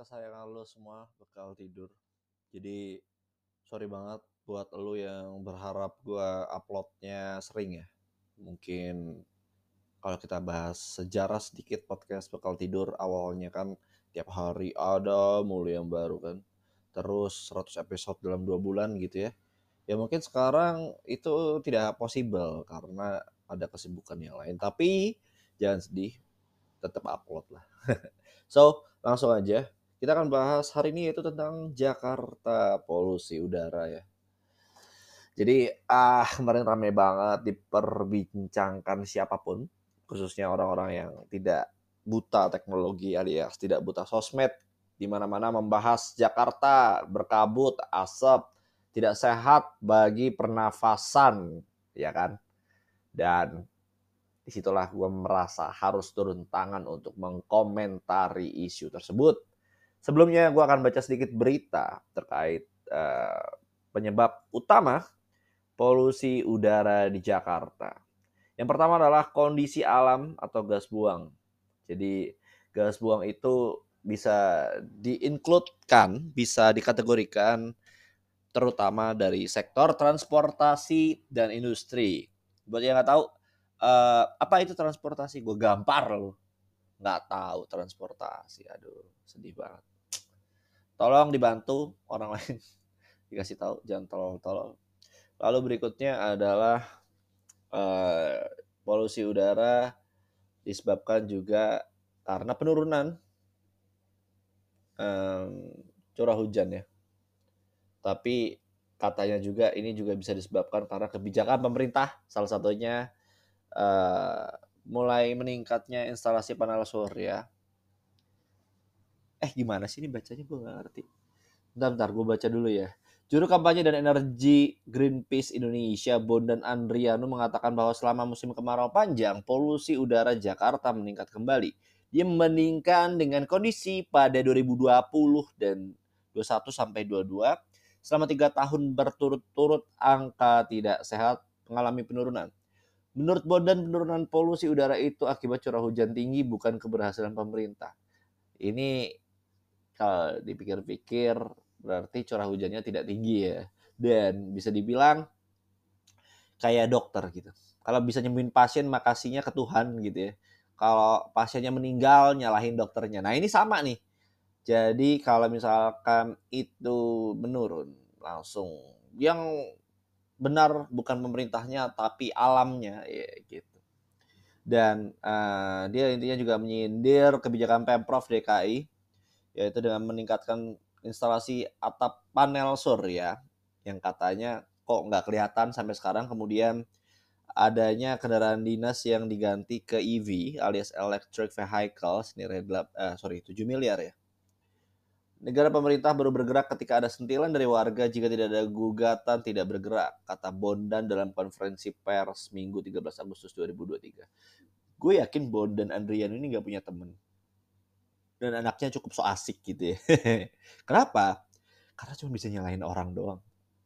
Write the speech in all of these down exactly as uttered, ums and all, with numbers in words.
kesayangan lo semua bakal tidur. Jadi sorry banget buat lo yang berharap gua uploadnya sering ya. Mungkin kalau kita bahas sejarah sedikit podcast bakal tidur awalnya kan tiap hari ada mulu yang baru kan. Terus seratus episode dalam dua bulan gitu ya. Ya mungkin sekarang itu tidak possible karena ada kesibukan yang lain. Tapi jangan sedih, tetap upload lah. So, langsung aja. Kita akan bahas hari ini yaitu tentang Jakarta, polusi udara ya. Jadi, ah kemarin ramai banget diperbincangkan siapapun, khususnya orang-orang yang tidak buta teknologi alias tidak buta sosmed, di mana-mana membahas Jakarta berkabut, asap, tidak sehat bagi pernafasan, ya kan? Dan disitulah gue merasa harus turun tangan untuk mengkomentari isu tersebut. Sebelumnya gue akan baca sedikit berita terkait uh, penyebab utama polusi udara di Jakarta. Yang pertama adalah kondisi alam atau gas buang. Jadi gas buang itu bisa di-include-kan, bisa dikategorikan terutama dari sektor transportasi dan industri. Buat yang nggak tahu, uh, apa itu transportasi? Gue gampar loh. Nggak tahu transportasi. Aduh, sedih banget. Tolong dibantu orang lain. Dikasih tahu, jangan tolol-tolol. Lalu berikutnya adalah uh, polusi udara disebabkan juga karena penurunan um, curah hujan ya. Tapi katanya juga ini juga bisa disebabkan karena kebijakan pemerintah, salah satunya uh, mulai meningkatnya instalasi panel surya. Eh gimana sih ini bacanya, gue gak ngerti. Bentar, bentar gue baca dulu ya. Juru kampanye dan energi Greenpeace Indonesia, Bondan Andrianu, mengatakan bahwa selama musim kemarau panjang, polusi udara Jakarta meningkat kembali. Dia membandingkan dengan kondisi pada dua ribu dua puluh dan dua puluh satu sampai dua puluh dua. Selama tiga tahun berturut-turut, angka tidak sehat mengalami penurunan. Menurut Bondan, penurunan polusi udara itu akibat curah hujan tinggi, bukan keberhasilan pemerintah. Ini kalau dipikir-pikir berarti curah hujannya tidak tinggi ya. Dan bisa dibilang kayak dokter gitu. Kalau bisa nyembuhin pasien, makasihnya ke Tuhan gitu ya. Kalau pasiennya meninggal, nyalahin dokternya. Nah ini sama nih. Jadi kalau misalkan itu menurun, langsung yang benar bukan pemerintahnya tapi alamnya ya gitu. Dan uh, dia intinya juga menyindir kebijakan Pemprov D K I, yaitu dengan meningkatkan instalasi atap panel surya yang katanya kok nggak kelihatan sampai sekarang. Kemudian adanya kendaraan dinas yang diganti ke E V alias electric vehicles, nilai uh, sorry tujuh miliar ya. Negara pemerintah baru bergerak ketika ada sentilan dari warga. Jika tidak ada gugatan, tidak bergerak, kata Bondan dalam konferensi pers Minggu tiga belas Agustus dua ribu dua puluh tiga. Gue yakin Bondan Andrian ini gak punya temen. Dan anaknya cukup so asik gitu ya. Kenapa? Karena cuma bisa nyalahin orang doang.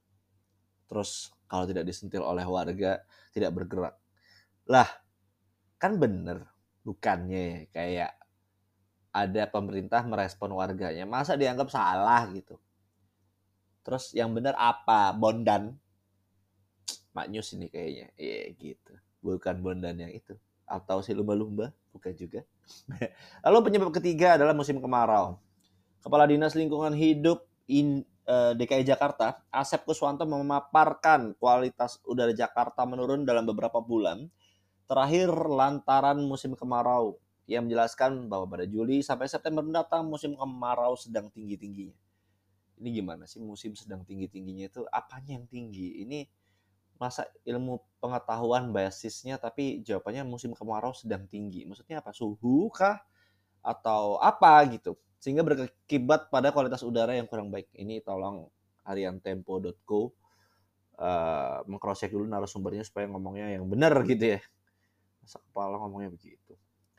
Terus kalau tidak disentil oleh warga, tidak bergerak. Lah, kan bener. Bukannya kayak ada pemerintah merespon warganya. Masa dianggap salah gitu. Terus yang benar apa? Bondan. Maknyus ini kayaknya. Iya gitu. Bukan Bondan yang itu. Atau si lumba-lumba. Bukan juga. Lalu penyebab ketiga adalah musim kemarau. Kepala Dinas Lingkungan Hidup in, eh, D K I Jakarta, Asep Kuswanto, memaparkan kualitas udara Jakarta menurun dalam beberapa bulan terakhir lantaran musim kemarau. Ia menjelaskan bahwa pada Juli sampai September mendatang musim kemarau sedang tinggi-tingginya. Ini gimana sih musim sedang tinggi-tingginya itu? Apanya yang tinggi? Ini masa ilmu pengetahuan basisnya tapi jawabannya musim kemarau sedang tinggi. Maksudnya apa? Suhu kah? Atau apa gitu? Sehingga berakibat pada kualitas udara yang kurang baik. Ini tolong harian tempo dot co uh, meng-cross check dulu narasumbernya supaya ngomongnya yang benar gitu ya. Masa kepala ngomongnya begitu.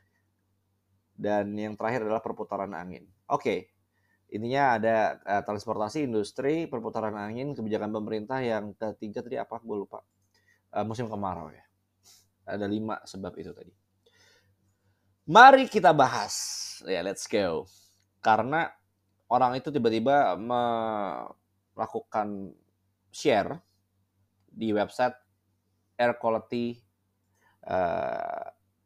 Dan yang terakhir adalah perputaran angin. Oke, okay. Intinya ada uh, transportasi, industri, perputaran angin, kebijakan pemerintah. Yang ketiga tadi apa? Gue lupa. Uh, musim kemarau ya. Ada lima sebab itu tadi. Mari kita bahas. Ya, let's go. Karena orang itu tiba-tiba melakukan share di website air quality uh,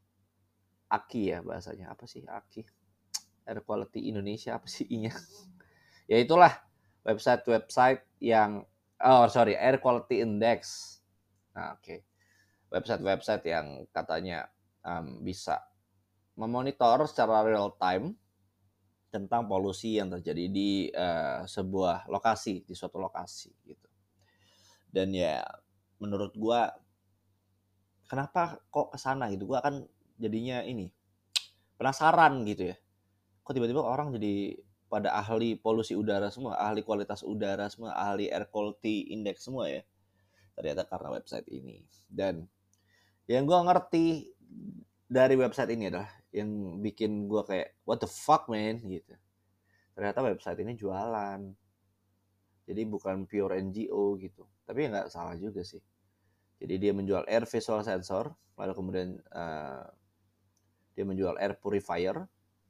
A K I ya bahasanya, apa sih A K I? Air Quality Indonesia apa sih I-nya? Ya itulah website-website yang oh sorry Air Quality Index. Nah, oke. Okay. Website-website yang katanya um, bisa memonitor secara real time tentang polusi yang terjadi di uh, sebuah lokasi, di suatu lokasi gitu. Dan ya menurut gua kenapa kok kesana gitu? Gua kan jadinya ini penasaran gitu ya. Kok tiba-tiba orang jadi pada ahli polusi udara semua, ahli kualitas udara semua, ahli air quality index semua ya. Ternyata karena website ini. Dan yang gue ngerti dari website ini adalah yang bikin gue kayak what the fuck man gitu. Ternyata website ini jualan. Jadi bukan pure N G O gitu. Tapi nggak salah juga sih. Jadi dia menjual air visual sensor, lalu kemudian uh, dia menjual air purifier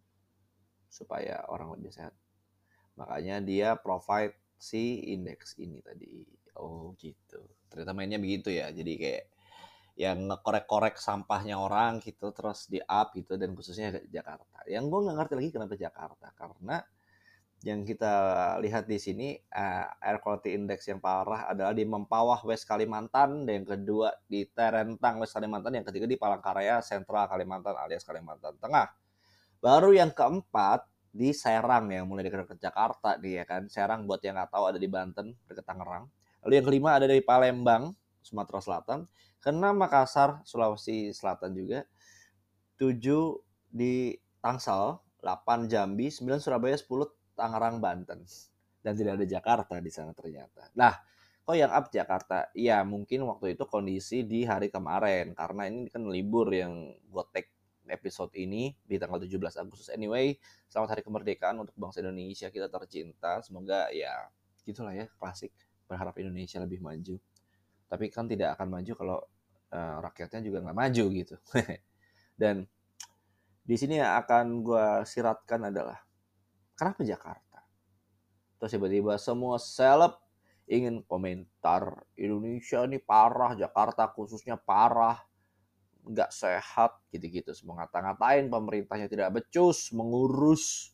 supaya orang lebih sehat. Makanya dia provide si indeks ini tadi. Oh gitu. Ternyata mainnya begitu ya. Jadi kayak yang ngekorek-korek sampahnya orang gitu terus di up gitu, dan khususnya Jakarta. Yang gue nggak ngerti lagi kenapa Jakarta, karena yang kita lihat di sini uh, air quality index yang parah adalah di Mempawah West Kalimantan, dan yang kedua di Terentang West Kalimantan, yang ketiga di Palangkaraya Sentral Kalimantan alias Kalimantan Tengah. Baru yang keempat di Serang ya, mulai dekat Jakarta nih ya kan. Serang buat yang nggak tahu ada di Banten dekat Tangerang. Lalu yang kelima ada di Palembang Sumatera Selatan, keenam Makassar Sulawesi Selatan juga, tujuh di Tangsel, delapan Jambi, sembilan Surabaya, sepuluh Tangerang Banten. Dan tidak ada Jakarta di sana ternyata. Nah, kok yang up Jakarta? Ya mungkin waktu itu kondisi di hari kemarin, karena ini kan libur yang gue take episode ini di tanggal tujuh belas Agustus. Anyway, selamat hari kemerdekaan untuk bangsa Indonesia kita tercinta. Semoga ya gitulah ya, klasik, berharap Indonesia lebih maju. Tapi kan tidak akan maju kalau uh, rakyatnya juga nggak maju gitu. Dan di sini yang akan gue siratkan adalah kenapa Jakarta? Terus tiba-tiba semua seleb ingin komentar, Indonesia ini parah, Jakarta khususnya parah, nggak sehat, gitu-gitu. Semua ngata-ngatain pemerintahnya tidak becus mengurus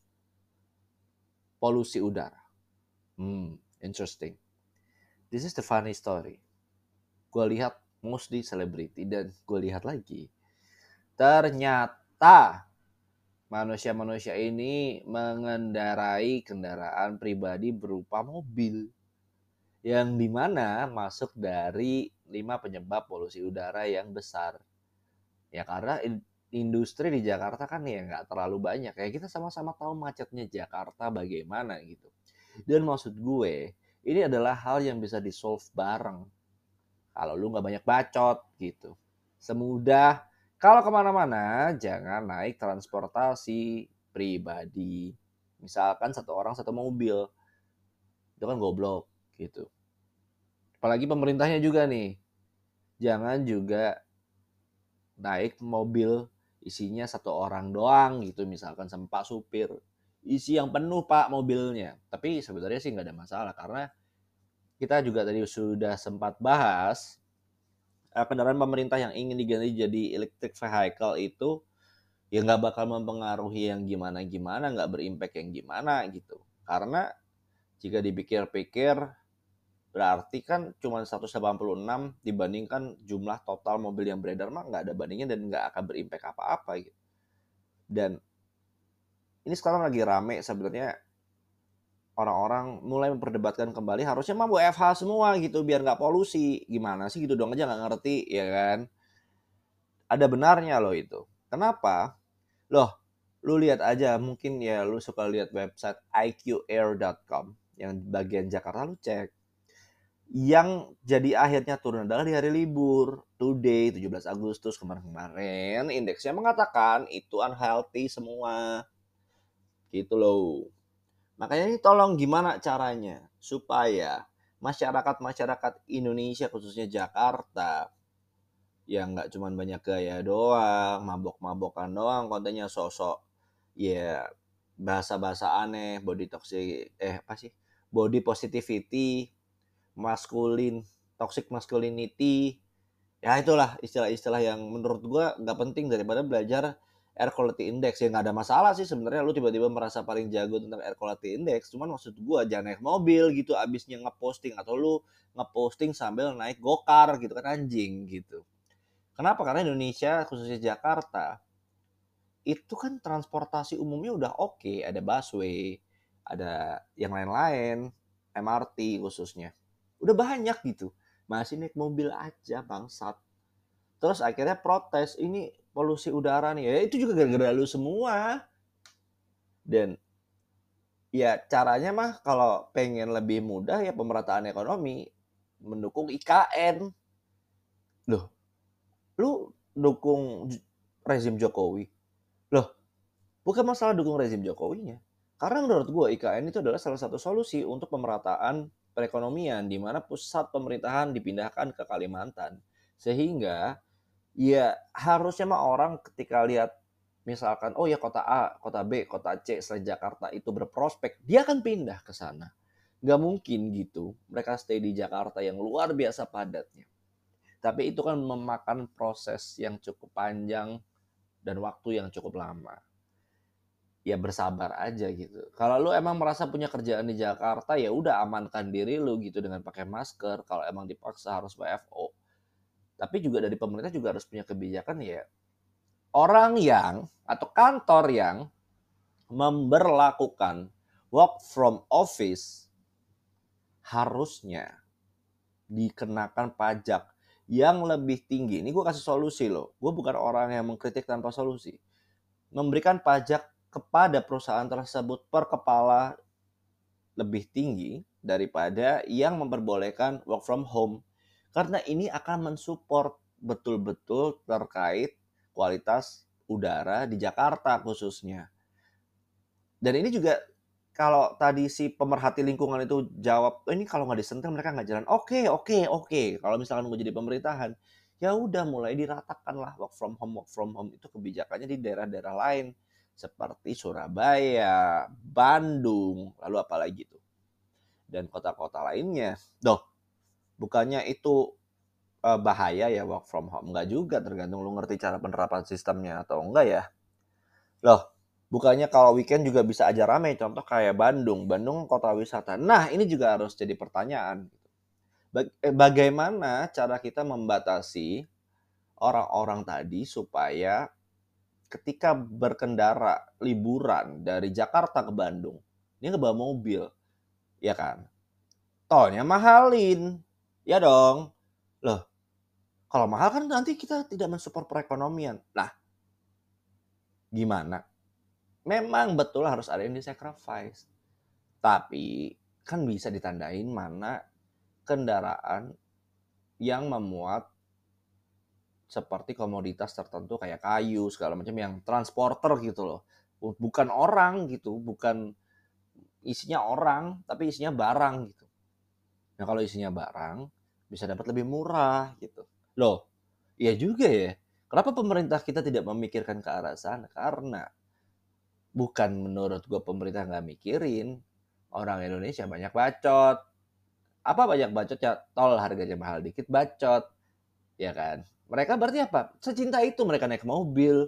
polusi udara. Hmm, interesting. This is the funny story. Gue lihat mostly celebrity, dan gue lihat lagi, ternyata manusia-manusia ini mengendarai kendaraan pribadi berupa mobil, yang dimana masuk dari lima penyebab polusi udara yang besar. Ya karena industri di Jakarta kan ya nggak terlalu banyak. Ya kita sama-sama tahu macetnya Jakarta bagaimana gitu. Dan maksud gue, ini adalah hal yang bisa di-solve bareng. Kalau lu nggak banyak bacot gitu. Semudah kalau kemana-mana jangan naik transportasi pribadi. Misalkan satu orang satu mobil. Itu kan goblok gitu. Apalagi pemerintahnya juga nih. Jangan juga naik mobil isinya satu orang doang gitu, misalkan sama Pak supir. Isi yang penuh Pak mobilnya. Tapi sebenarnya sih nggak ada masalah, karena kita juga tadi sudah sempat bahas kendaraan pemerintah yang ingin diganti jadi electric vehicle itu ya nggak bakal mempengaruhi yang gimana-gimana, nggak berimpact yang gimana gitu. Karena jika dipikir-pikir berarti kan cuma seratus delapan puluh enam dibandingkan jumlah total mobil yang beredar, mah nggak ada bandingnya dan nggak akan berimpact apa-apa gitu. Dan ini sekarang lagi rame sebenarnya, orang-orang mulai memperdebatkan kembali harusnya mah W F H semua gitu biar nggak polusi. Gimana sih gitu dong aja nggak ngerti ya kan. Ada benarnya loh itu. Kenapa? Loh, lu lihat aja, mungkin ya lu suka lihat website i q air dot com yang bagian Jakarta, lu cek. Yang jadi akhirnya turun adalah di hari libur. Today, tujuh belas Agustus kemarin-kemarin, indeksnya mengatakan itu unhealthy semua. Gitu loh. Makanya ini tolong gimana caranya supaya masyarakat-masyarakat Indonesia, khususnya Jakarta, yang nggak cuma banyak gaya doang, mabok-mabokan doang, kontennya sosok ya bahasa-bahasa aneh, body toxic, eh apa sih? Body positivity, maskulin, toxic masculinity. Ya itulah istilah-istilah yang menurut gua nggak penting daripada belajar air quality index. Ya nggak ada masalah sih sebenarnya lu tiba-tiba merasa paling jago tentang air quality index. Cuman maksud gua jangan naik mobil gitu abisnya ngeposting, atau lu ngeposting sambil naik gokar gitu kan, anjing gitu. Kenapa? Karena Indonesia khususnya Jakarta itu kan transportasi umumnya udah oke, ada busway, ada yang lain-lain, M R T khususnya. Udah banyak gitu. Masih naik mobil aja bangsat. Terus akhirnya protes, ini polusi udara nih. Ya itu juga gara-gara lu semua. Dan ya caranya mah kalau pengen lebih mudah ya pemerataan ekonomi, mendukung I K N. Loh, lu dukung rezim Jokowi? Loh, bukan masalah dukung rezim Jokowinya. Karena menurut gue I K N itu adalah salah satu solusi untuk pemerataan perekonomian di mana pusat pemerintahan dipindahkan ke Kalimantan. Sehingga ya harusnya mah orang ketika lihat misalkan oh ya kota A, kota B, kota C selain Jakarta itu berprospek, dia akan pindah ke sana. Gak mungkin gitu. Mereka stay di Jakarta yang luar biasa padatnya. Tapi itu kan memakan proses yang cukup panjang dan waktu yang cukup lama. Ya bersabar aja gitu. Kalau lu emang merasa punya kerjaan di Jakarta, ya udah amankan diri lu gitu dengan pakai masker. Kalau emang dipaksa harus W F O. Tapi juga dari pemerintah juga harus punya kebijakan ya. Orang yang atau kantor yang memberlakukan work from office harusnya dikenakan pajak yang lebih tinggi. Ini gue kasih solusi loh. Gue bukan orang yang mengkritik tanpa solusi. Memberikan pajak kepada perusahaan tersebut per kepala lebih tinggi daripada yang memperbolehkan work from home. Karena ini akan mensupport betul-betul terkait kualitas udara di Jakarta khususnya. Dan ini juga kalau tadi si pemerhati lingkungan itu jawab, oh, ini kalau nggak disentil mereka nggak jalan. Oke, oke, oke. Kalau misalkan mau jadi pemerintahan, ya udah mulai diratakan lah work from home, work from home itu kebijakannya di daerah-daerah lain seperti Surabaya, Bandung, lalu apalagi tuh, dan kota-kota lainnya. Doh, bukannya itu uh, bahaya ya work from home? Enggak juga, tergantung lu ngerti cara penerapan sistemnya atau enggak ya. Loh, bukannya kalau weekend juga bisa aja rame, contoh kayak Bandung. Bandung kota wisata. Nah, ini juga harus jadi pertanyaan. Bagaimana cara kita membatasi orang-orang tadi supaya ketika berkendara liburan dari Jakarta ke Bandung, dia ngebawa mobil, ya kan? Tolnya mahalin, ya dong. Loh, kalau mahal kan nanti kita tidak mensupport perekonomian. Nah, gimana? Memang betul harus ada yang di-sacrifice. Tapi kan bisa ditandain mana kendaraan yang memuat seperti komoditas tertentu kayak kayu segala macam yang transporter gitu loh. Bukan orang gitu, bukan isinya orang, tapi isinya barang gitu. Nah kalau isinya barang bisa dapat lebih murah gitu. Loh, iya juga ya. Kenapa pemerintah kita tidak memikirkan ke arah sana? Karena bukan menurut gue pemerintah nggak mikirin, orang Indonesia banyak bacot. Apa banyak bacot ya? Tol harganya mahal dikit bacot, ya kan? Mereka berarti apa? Secinta itu mereka naik mobil.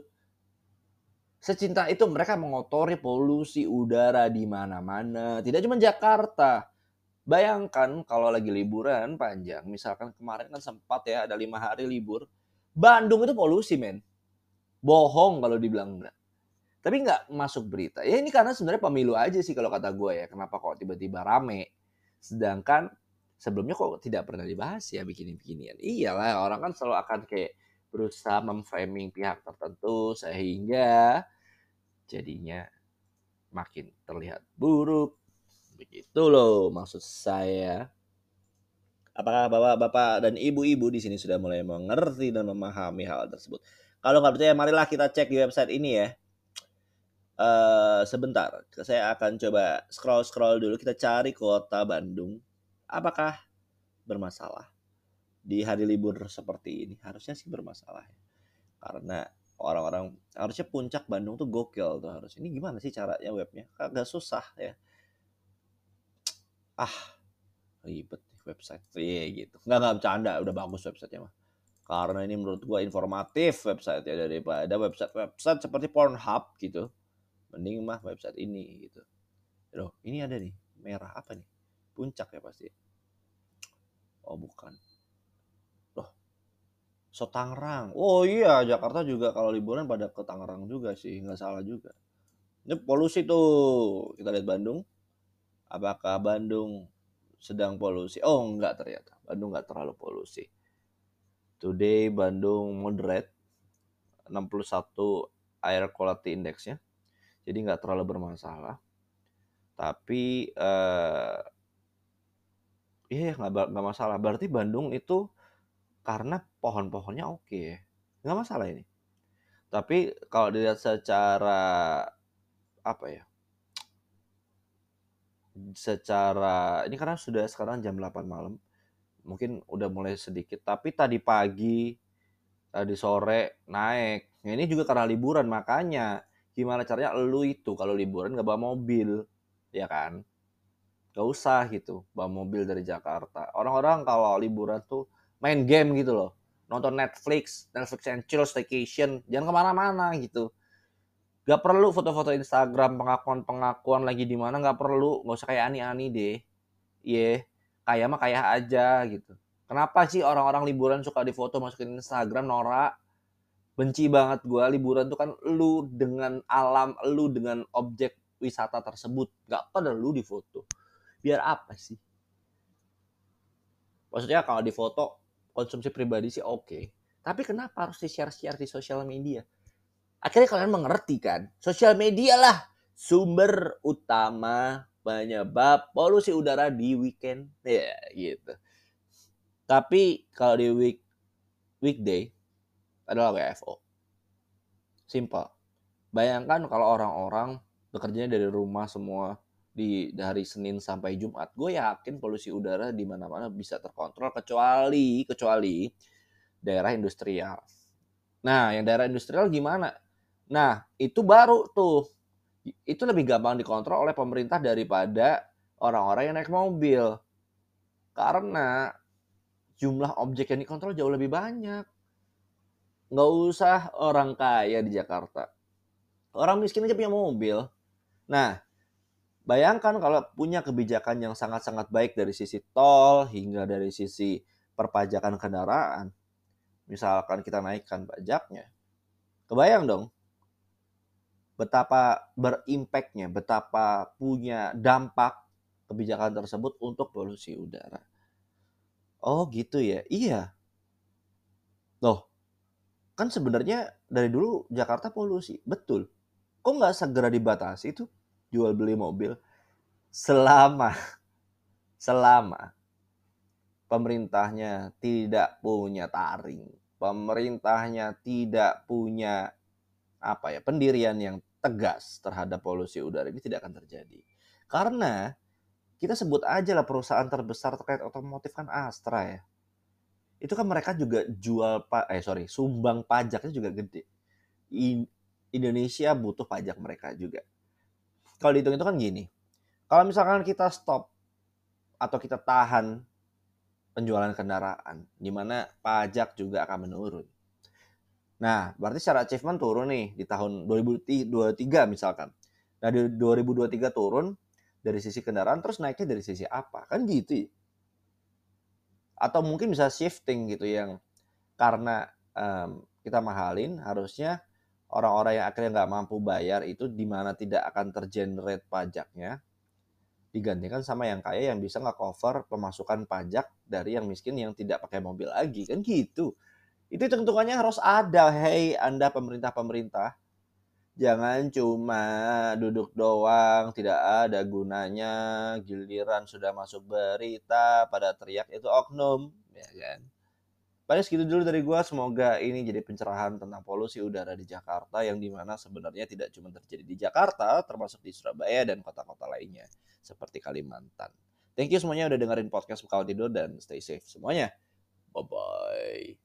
Secinta itu mereka mengotori polusi udara di mana-mana. Tidak cuma Jakarta. Bayangkan kalau lagi liburan panjang, misalkan kemarin kan sempat ya ada lima hari libur. Bandung itu polusi men. Bohong kalau dibilang enggak. Tapi nggak masuk berita. Ya ini karena sebenarnya pemilu aja sih kalau kata gue ya. Kenapa kok tiba-tiba rame. Sedangkan sebelumnya kok tidak pernah dibahas ya begini-beginian. Iyalah orang kan selalu akan kayak berusaha memframing pihak tertentu sehingga jadinya makin terlihat buruk. Begitu loh maksud saya. Apakah bapak-bapak dan ibu-ibu di sini sudah mulai mengerti dan memahami hal tersebut? Kalau nggak percaya, marilah kita cek di website ini ya. Uh, sebentar, saya akan coba scroll-scroll dulu. Kita cari kota Bandung. Apakah bermasalah di hari libur seperti ini? Harusnya sih bermasalah ya. Karena orang-orang harusnya Puncak Bandung tuh gokil tuh harus. Ini gimana sih caranya webnya? Agak susah ya. Ah, ribet nih website. Iya gitu. Nggak, nggak bercanda, udah bagus websitenya mah. Karena ini menurut gua informatif website ya daripada website-website seperti Pornhub gitu. Mending mah website ini gitu. Loh, ini ada nih. Merah apa nih? Puncak ya pasti. Oh, bukan. Loh, so Tangerang. Oh iya, Jakarta juga kalau liburan pada ke Tangerang juga sih, nggak salah juga. Ini polusi tuh. Kita lihat Bandung. Apakah Bandung sedang polusi? Oh, enggak ternyata. Bandung nggak terlalu polusi. Today Bandung moderate, enam puluh satu air quality index-nya. Jadi nggak terlalu bermasalah. Tapi eh, iya nggak nggak masalah. Berarti Bandung itu karena pohon-pohonnya oke ya. Nggak masalah ini. Tapi kalau dilihat secara apa ya? Secara ini karena sudah sekarang jam delapan malam. Mungkin udah mulai sedikit, tapi tadi pagi, tadi sore naik. Nah, ini juga karena liburan, makanya gimana caranya lu itu kalau liburan nggak bawa mobil, ya kan? Gak usah gitu, bawa mobil dari Jakarta. Orang-orang kalau liburan tuh main game gitu loh. Nonton Netflix, Netflix and chill, staycation. Jangan kemana-mana gitu. Gak perlu foto-foto Instagram, pengakuan-pengakuan lagi di mana gak perlu. Gak usah kayak ani-ani deh. Iya, yeah. Kayak mah kayak aja gitu. Kenapa sih orang-orang liburan suka difoto masukin Instagram, Nora? Benci banget gue. Liburan tuh kan lu dengan alam, lu dengan objek wisata tersebut. Gak perlu difoto. Biar apa sih? Maksudnya kalau di foto konsumsi pribadi sih oke. Okay. Tapi kenapa harus di-share-share di sosial media? Akhirnya kalian mengerti kan? Sosial media lah sumber utama penyebab polusi udara di weekend. Ya gitu. Tapi kalau di week weekday adalah W F O. Simple. Bayangkan kalau orang-orang bekerjanya dari rumah semua di dari Senin sampai Jumat, gue yakin polusi udara di mana-mana bisa terkontrol kecuali kecuali daerah industrial. Nah, yang daerah industrial gimana? Nah, itu baru tuh. Itu lebih gampang dikontrol oleh pemerintah daripada orang-orang yang naik mobil. Karena jumlah objek yang dikontrol jauh lebih banyak. Nggak usah orang kaya di Jakarta. Orang miskin aja punya mobil. Nah, bayangkan kalau punya kebijakan yang sangat-sangat baik dari sisi tol hingga dari sisi perpajakan kendaraan. Misalkan kita naikkan pajaknya. Kebayang dong betapa berimpaknya, betapa punya dampak kebijakan tersebut untuk polusi udara. Oh gitu ya, iya. Loh, kan sebenarnya dari dulu Jakarta polusi, betul. Kok nggak segera dibatasi tuh jual beli mobil? Selama, selama pemerintahnya tidak punya taring, pemerintahnya tidak punya apa ya pendirian yang tegas terhadap polusi udara ini tidak akan terjadi. Karena kita sebut aja lah perusahaan terbesar terkait otomotif kan Astra ya. Itu kan mereka juga jual eh sorry sumbang pajaknya juga gede. Indonesia butuh pajak mereka juga. Kalau dihitung itu kan gini. Kalau misalkan kita stop atau kita tahan penjualan kendaraan, di mana pajak juga akan menurun. Nah, berarti secara achievement turun nih di tahun dua ribu dua puluh tiga misalkan. Nah, di dua ribu dua puluh tiga turun dari sisi kendaraan, terus naiknya dari sisi apa? Kan gitu ya. Atau mungkin bisa shifting gitu yang karena um, kita mahalin, harusnya orang-orang yang akhirnya nggak mampu bayar itu di mana tidak akan tergenerate pajaknya, digantikan sama yang kaya yang bisa nge-cover pemasukan pajak dari yang miskin yang tidak pakai mobil lagi. Kan gitu. Itu hitung-hitungannya harus ada. Hei Anda pemerintah-pemerintah, jangan cuma duduk doang, tidak ada gunanya, giliran sudah masuk berita pada teriak itu oknum, ya kan. Paling segitu dulu dari gua, semoga ini jadi pencerahan tentang polusi udara di Jakarta yang dimana sebenarnya tidak cuma terjadi di Jakarta, termasuk di Surabaya dan kota-kota lainnya seperti Kalimantan. Thank you semuanya udah dengerin podcast Bekal Tidur dan stay safe semuanya. Bye-bye.